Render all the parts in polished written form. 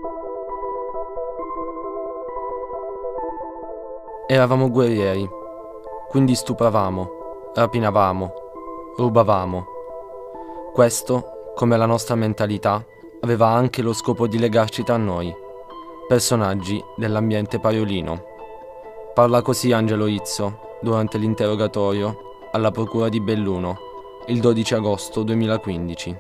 Eravamo guerrieri, quindi stupravamo, rapinavamo, rubavamo. Questo, come la nostra mentalità, aveva anche lo scopo di legarci tra noi, personaggi dell'ambiente pariolino. Parla così Angelo Izzo durante l'interrogatorio alla procura di Belluno il 12 agosto 2015.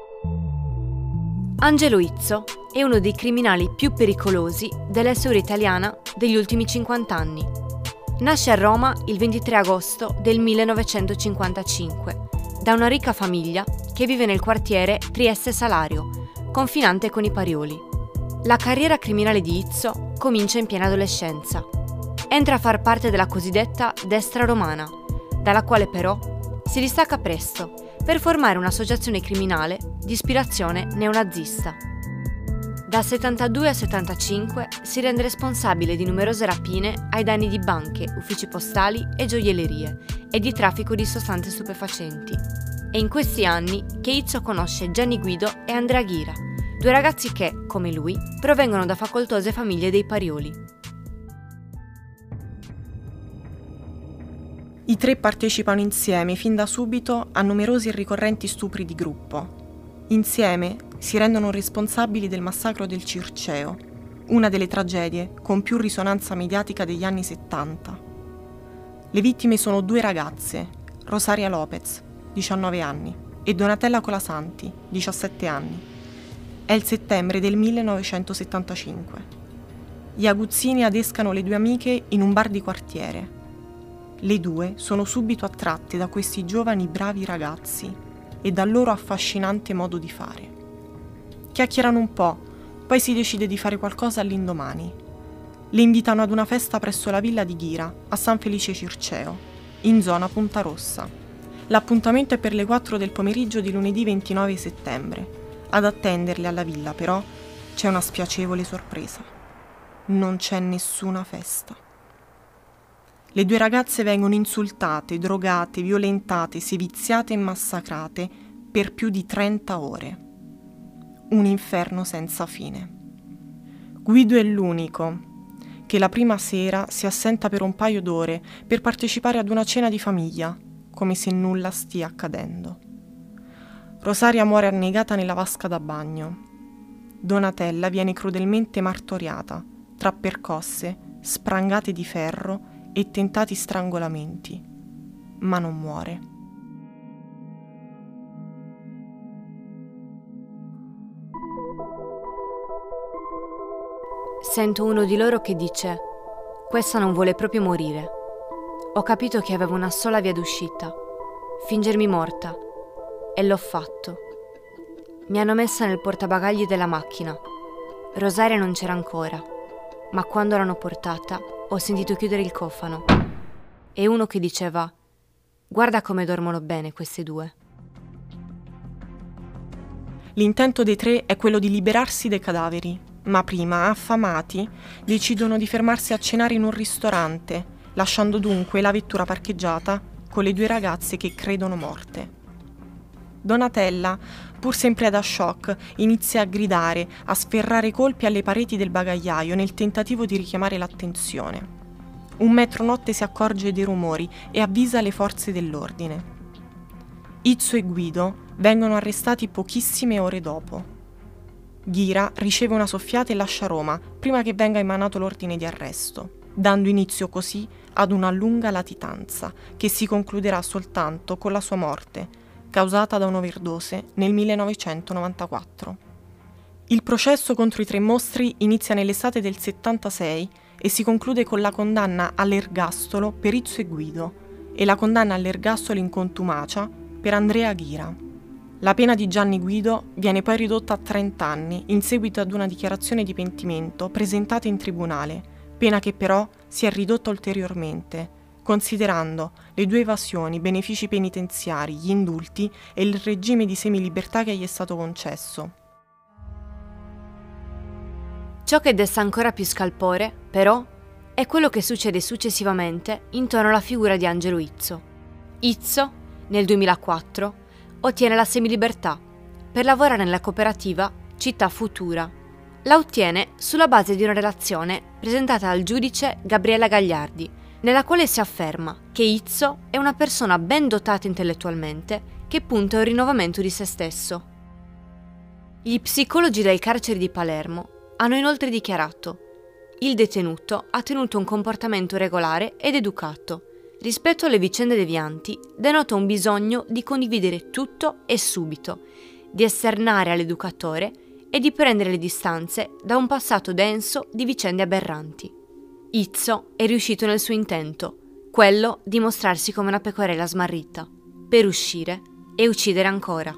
Angelo Izzo è uno dei criminali più pericolosi della storia italiana degli ultimi 50 anni. Nasce a Roma il 23 agosto del 1955 da una ricca famiglia che vive nel quartiere Trieste Salario, confinante con i Parioli. La carriera criminale di Izzo comincia in piena adolescenza. Entra a far parte della cosiddetta destra romana, dalla quale però si distacca presto per formare un'associazione criminale di ispirazione neonazista. Dal 72 al 75 si rende responsabile di numerose rapine ai danni di banche, uffici postali e gioiellerie e di traffico di sostanze stupefacenti. È in questi anni che Izzo conosce Gianni Guido e Andrea Ghira, due ragazzi che, come lui, provengono da facoltose famiglie dei Parioli. I tre partecipano insieme fin da subito a numerosi e ricorrenti stupri di gruppo. Insieme si rendono responsabili del massacro del Circeo, una delle tragedie con più risonanza mediatica degli anni 70. Le vittime sono due ragazze, Rosaria Lopez, 19 anni, e Donatella Colasanti, 17 anni. È il settembre del 1975. Gli aguzzini adescano le due amiche in un bar di quartiere. Le due sono subito attratte da questi giovani bravi ragazzi e dal loro affascinante modo di fare. Chiacchierano un po', poi si decide di fare qualcosa all'indomani. Le invitano ad una festa presso la villa di Ghira, a San Felice Circeo, in zona Punta Rossa. L'appuntamento è per le 4 del pomeriggio di lunedì 29 settembre. Ad attenderle alla villa, però, c'è una spiacevole sorpresa. Non c'è nessuna festa. Le due ragazze vengono insultate, drogate, violentate, seviziate e massacrate per più di 30 ore. Un inferno senza fine. Guido è l'unico che la prima sera si assenta per un paio d'ore per partecipare ad una cena di famiglia, come se nulla stia accadendo. Rosaria muore annegata nella vasca da bagno. Donatella viene crudelmente martoriata tra percosse, sprangate di ferro e tentati strangolamenti, ma non muore. Sento uno di loro che dice: questa non vuole proprio morire. Ho capito che avevo una sola via d'uscita, fingermi morta, e l'ho fatto. Mi hanno messa nel portabagagli della macchina. Rosaria non c'era ancora, ma quando l'hanno portata ho sentito chiudere il cofano. E uno che diceva: guarda come dormono bene queste due. L'intento dei tre è quello di liberarsi dei cadaveri, ma prima, affamati, decidono di fermarsi a cenare in un ristorante, lasciando dunque la vettura parcheggiata con le due ragazze che credono morte. Donatella, pur sempre da shock, inizia a gridare, a sferrare colpi alle pareti del bagagliaio nel tentativo di richiamare l'attenzione. Un metronotte si accorge dei rumori e avvisa le forze dell'ordine. Izzo e Guido vengono arrestati pochissime ore dopo. Ghira riceve una soffiata e lascia Roma prima che venga emanato l'ordine di arresto, dando inizio così ad una lunga latitanza che si concluderà soltanto con la sua morte, causata da un'overdose nel 1994. Il processo contro i tre mostri inizia nell'estate del 76 e si conclude con la condanna all'ergastolo per Izzo e Guido e la condanna all'ergastolo in contumacia per Andrea Ghira. La pena di Gianni Guido viene poi ridotta a 30 anni in seguito ad una dichiarazione di pentimento presentata in tribunale, pena che però si è ridotta ulteriormente, considerando le due evasioni, i benefici penitenziari, gli indulti e il regime di semilibertà che gli è stato concesso. Ciò che desta ancora più scalpore, però, è quello che succede successivamente intorno alla figura di Angelo Izzo. Izzo, nel 2004, ottiene la semilibertà per lavorare nella cooperativa Città Futura, La ottiene sulla base di una relazione presentata al giudice Gabriella Gagliardi, nella quale si afferma che Izzo è una persona ben dotata intellettualmente che punta a un rinnovamento di se stesso. Gli psicologi del carcere di Palermo hanno inoltre dichiarato: il detenuto ha tenuto un comportamento regolare ed educato. Rispetto alle vicende devianti, denota un bisogno di condividere tutto e subito, di esternare all'educatore e di prendere le distanze da un passato denso di vicende aberranti. Izzo è riuscito nel suo intento, quello di mostrarsi come una pecorella smarrita, per uscire e uccidere ancora.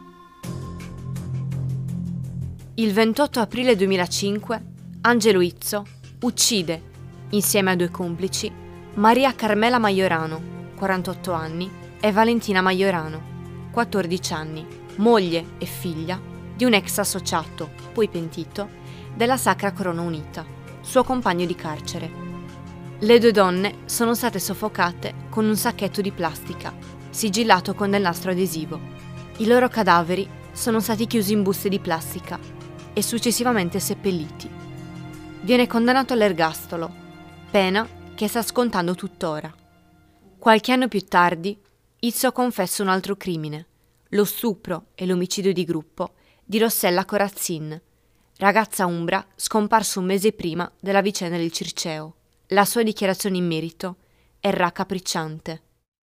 Il 28 aprile 2005, Angelo Izzo uccide, insieme a 2 complici, Maria Carmela Maiorano, 48 anni, e Valentina Maiorano, 14 anni, moglie e figlia di un ex associato, poi pentito, della Sacra Corona Unita, suo compagno di carcere. Le 2 donne sono state soffocate con un sacchetto di plastica, sigillato con del nastro adesivo. I loro cadaveri sono stati chiusi in buste di plastica e successivamente seppelliti. Viene condannato all'ergastolo, pena che sta scontando tuttora. Qualche anno più tardi, Izzo confessa un altro crimine, lo stupro e l'omicidio di gruppo di Rossella Corazzin, ragazza umbra scomparsa un mese prima della vicenda del Circeo. La sua dichiarazione in merito è raccapricciante.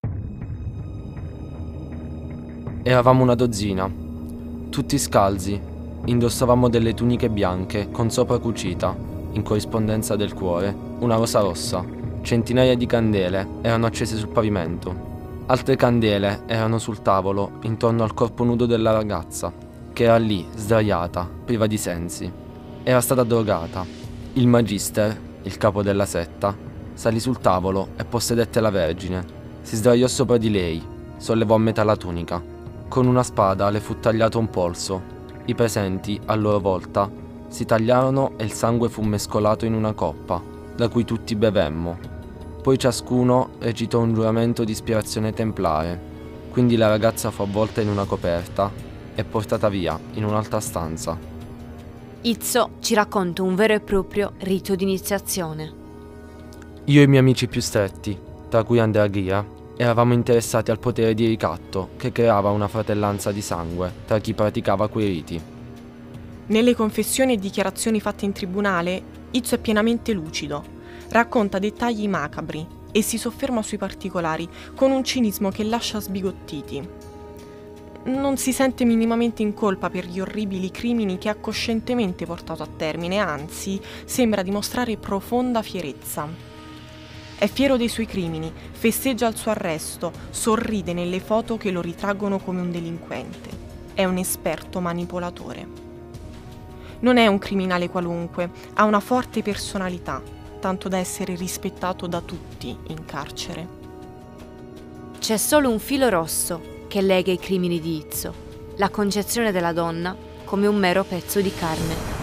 Eravamo una dozzina, tutti scalzi, indossavamo delle tuniche bianche con sopra cucita, in corrispondenza del cuore, una rosa rossa. Centinaia di candele erano accese sul pavimento. Altre candele erano sul tavolo, intorno al corpo nudo della ragazza, che era lì, sdraiata, priva di sensi. Era stata drogata. Il magister, il capo della setta, salì sul tavolo e possedette la Vergine. Si sdraiò sopra di lei, sollevò a metà la tunica. Con una spada le fu tagliato un polso. I presenti, a loro volta, si tagliarono e il sangue fu mescolato in una coppa, da cui tutti bevemmo. Poi ciascuno recitò un giuramento di ispirazione templare, quindi la ragazza fu avvolta in una coperta e portata via in un'altra stanza. Izzo ci racconta un vero e proprio rito di iniziazione. Io e i miei amici più stretti, tra cui Andrea Ghia, eravamo interessati al potere di ricatto che creava una fratellanza di sangue tra chi praticava quei riti. Nelle confessioni e dichiarazioni fatte in tribunale, Izzo è pienamente lucido. Racconta dettagli macabri e si sofferma sui particolari con un cinismo che lascia sbigottiti. Non si sente minimamente in colpa per gli orribili crimini che ha coscientemente portato a termine, anzi, sembra dimostrare profonda fierezza. È fiero dei suoi crimini, festeggia il suo arresto, sorride nelle foto che lo ritraggono come un delinquente. È un esperto manipolatore. Non è un criminale qualunque, ha una forte personalità, tanto da essere rispettato da tutti in carcere. C'è solo un filo rosso che lega i crimini di Izzo, la concezione della donna come un mero pezzo di carne.